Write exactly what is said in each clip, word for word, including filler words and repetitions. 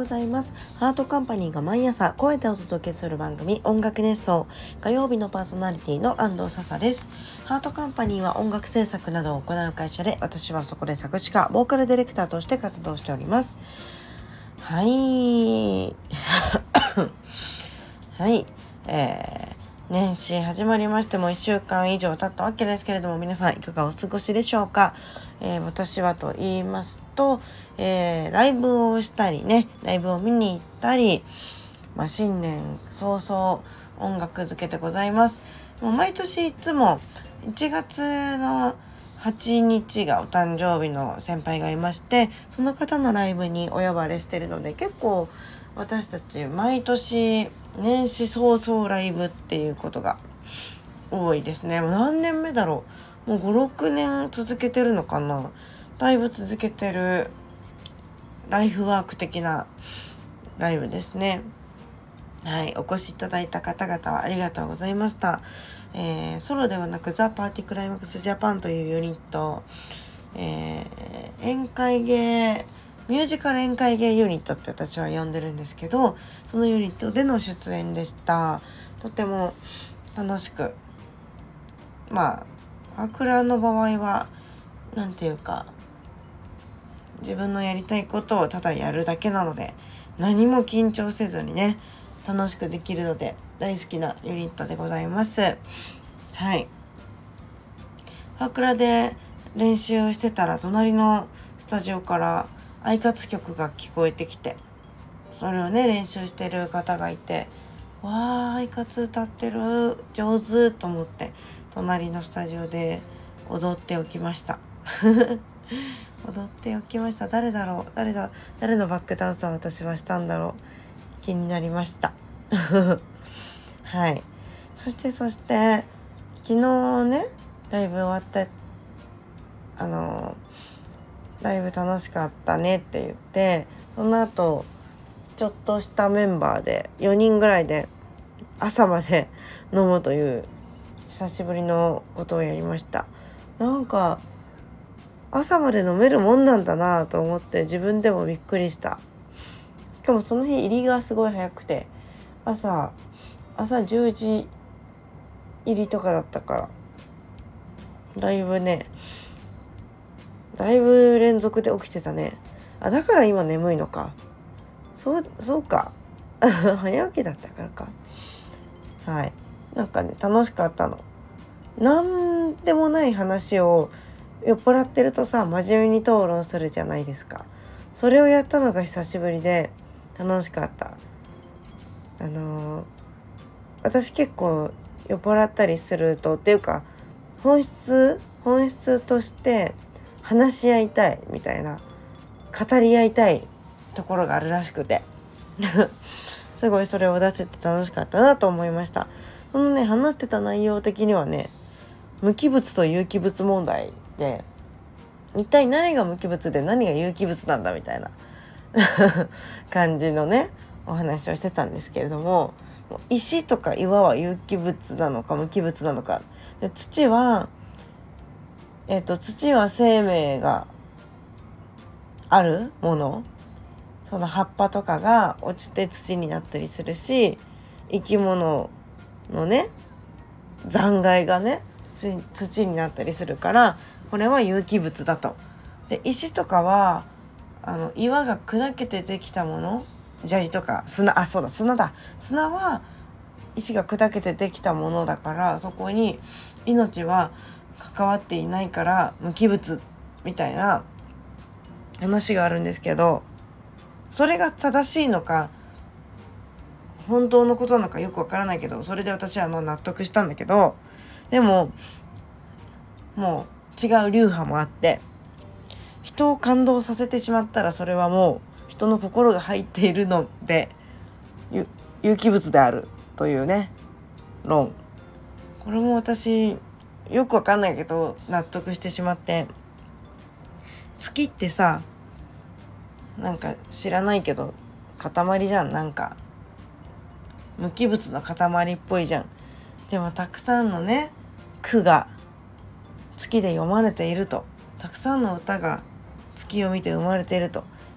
ざいます。ハートカンパニーが毎朝声でお届けする番組、音楽熱奏。火曜日のパーソナリティの安藤笹です。ハートカンパニーは音楽制作などを行う会社で、私はそこで作詞家、ボーカルディレクターとして活動しております。はいはい、えー年始始まりましてもいっしゅうかん以上経ったわけですけれども、皆さんいかがお過ごしでしょうか。えー、私はと言いますと、えー、ライブをしたりね、ライブを見に行ったり、まあ、新年早々音楽漬けでございます。もう毎年いつもいちがつのはちにちがお誕生日の先輩がいまして、その方のライブにお呼ばれしているので、結構私たち毎年年始早々ライブっていうことが多いですね。もう何年目だろう。もうご、ろくねん続けてるのかな。だいぶ続けてるライフワーク的なライブですね。はい、お越しいただいた方々はありがとうございました。えー、ソロではなくザ・パーティクライマックスジャパンというユニット、えー、宴会芸ミュージカル宴会芸ユニットって私は呼んでるんですけど、そのユニットでの出演でした。とても楽しく、まあアクラの場合はなんていうか、自分のやりたいことをただやるだけなので、何も緊張せずにね楽しくできるので大好きなユニットでございます。はい、アクラで練習をしてたら、隣のスタジオからアイカツ曲が聞こえてきて、それをね練習してる方がいて、わーアイカツ歌ってる上手と思って、隣のスタジオで踊っておきました踊っておきました。誰だろう誰だ誰のバックダンサー私はしたんだろう、気になりましたはい、そしてそして昨日ねライブ終わって、あのライブ楽しかったねって言って、その後ちょっとしたメンバーでよにんぐらいで朝まで飲むという久しぶりのことをやりました。なんか朝まで飲めるもんなんだなと思って、自分でもびっくりした。しかもその日入りがすごい早くて、朝朝じゅうじ入りとかだったから、だいぶねだいぶ連続で起きてたね。あ、だから今眠いのか。そうそうか早起きだったからか。はい、なんかね楽しかったの。なんでもない話を酔っ払ってるとさ、真面目に討論するじゃないですか。それをやったのが久しぶりで楽しかった。あのー、私結構酔っ払ったりすると、っていうか本質本質として話し合いたいみたいな、語り合いたいところがあるらしくてすごいそれを出せて楽しかったなと思いました。そのね話してた内容的にはね、無機物と有機物問題で、一体何が無機物で何が有機物なんだみたいな感じのねお話をしてたんですけれども、石とか岩は有機物なのか無機物なのかで、土はえっと土は生命があるもの、その葉っぱとかが落ちて土になったりするし、生き物のね残骸がね土になったりするから、これは有機物だと。で石とかはあの岩が砕けてできたもの、砂利とか砂、あそうだ砂だ砂は石が砕けてできたものだから、そこに命は関わっていないから無機物みたいな話があるんですけど、それが正しいのか本当のことなのかよくわからないけど、それで私はまあ納得したんだけど、でももう違う流派もあって、人を感動させてしまったらそれはもう人の心が入っているので有機物であるというね論。これも私よくわかんないけど納得してしまって、月ってさなんか知らないけど塊じゃん、なんか無機物の塊っぽいじゃん。でもたくさんのね句が月で読まれていると、たくさんの歌が月を見て生まれていると。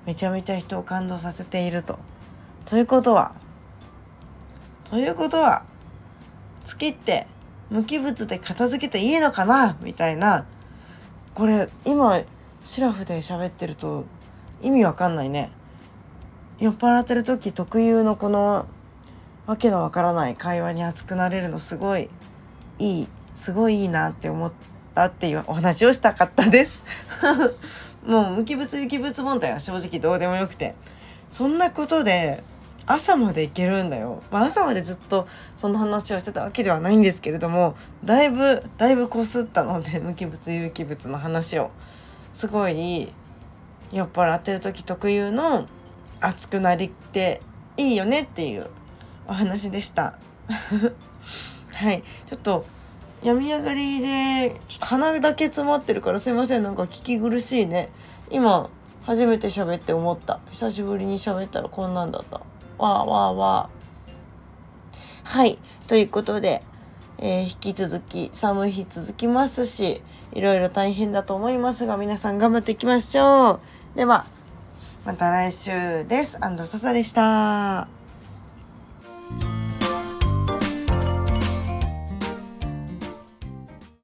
めちゃめちゃ人を感動させていると。ということはということは月って無機物で片付けていいのかなみたいな。これ今シラフで喋ってると意味わかんないね。酔っ払ってる時特有のこのわけのわからない会話に熱くなれるのすごいいいすごいいいなって思ったっていうお話をしたかったですもう無機物有機物問題は正直どうでもよくて、そんなことで朝までいけるんだよ。まあ、朝までずっとその話をしてたわけではないんですけれども、だいぶだいぶこすったので無機物有機物の話をすごい酔っ払ってる時特有の熱くなりっていいよねっていうお話でしたはい、ちょっと病み上がりで鼻だけ詰まってるからすいません、なんか聞き苦しいね。今初めて喋って思った。久しぶりに喋ったらこんなんだった。わーわーわー。はい、ということで、えー、引き続き寒い日続きますし、いろいろ大変だと思いますが、皆さん頑張っていきましょう。ではまた来週です。安藤笹でした。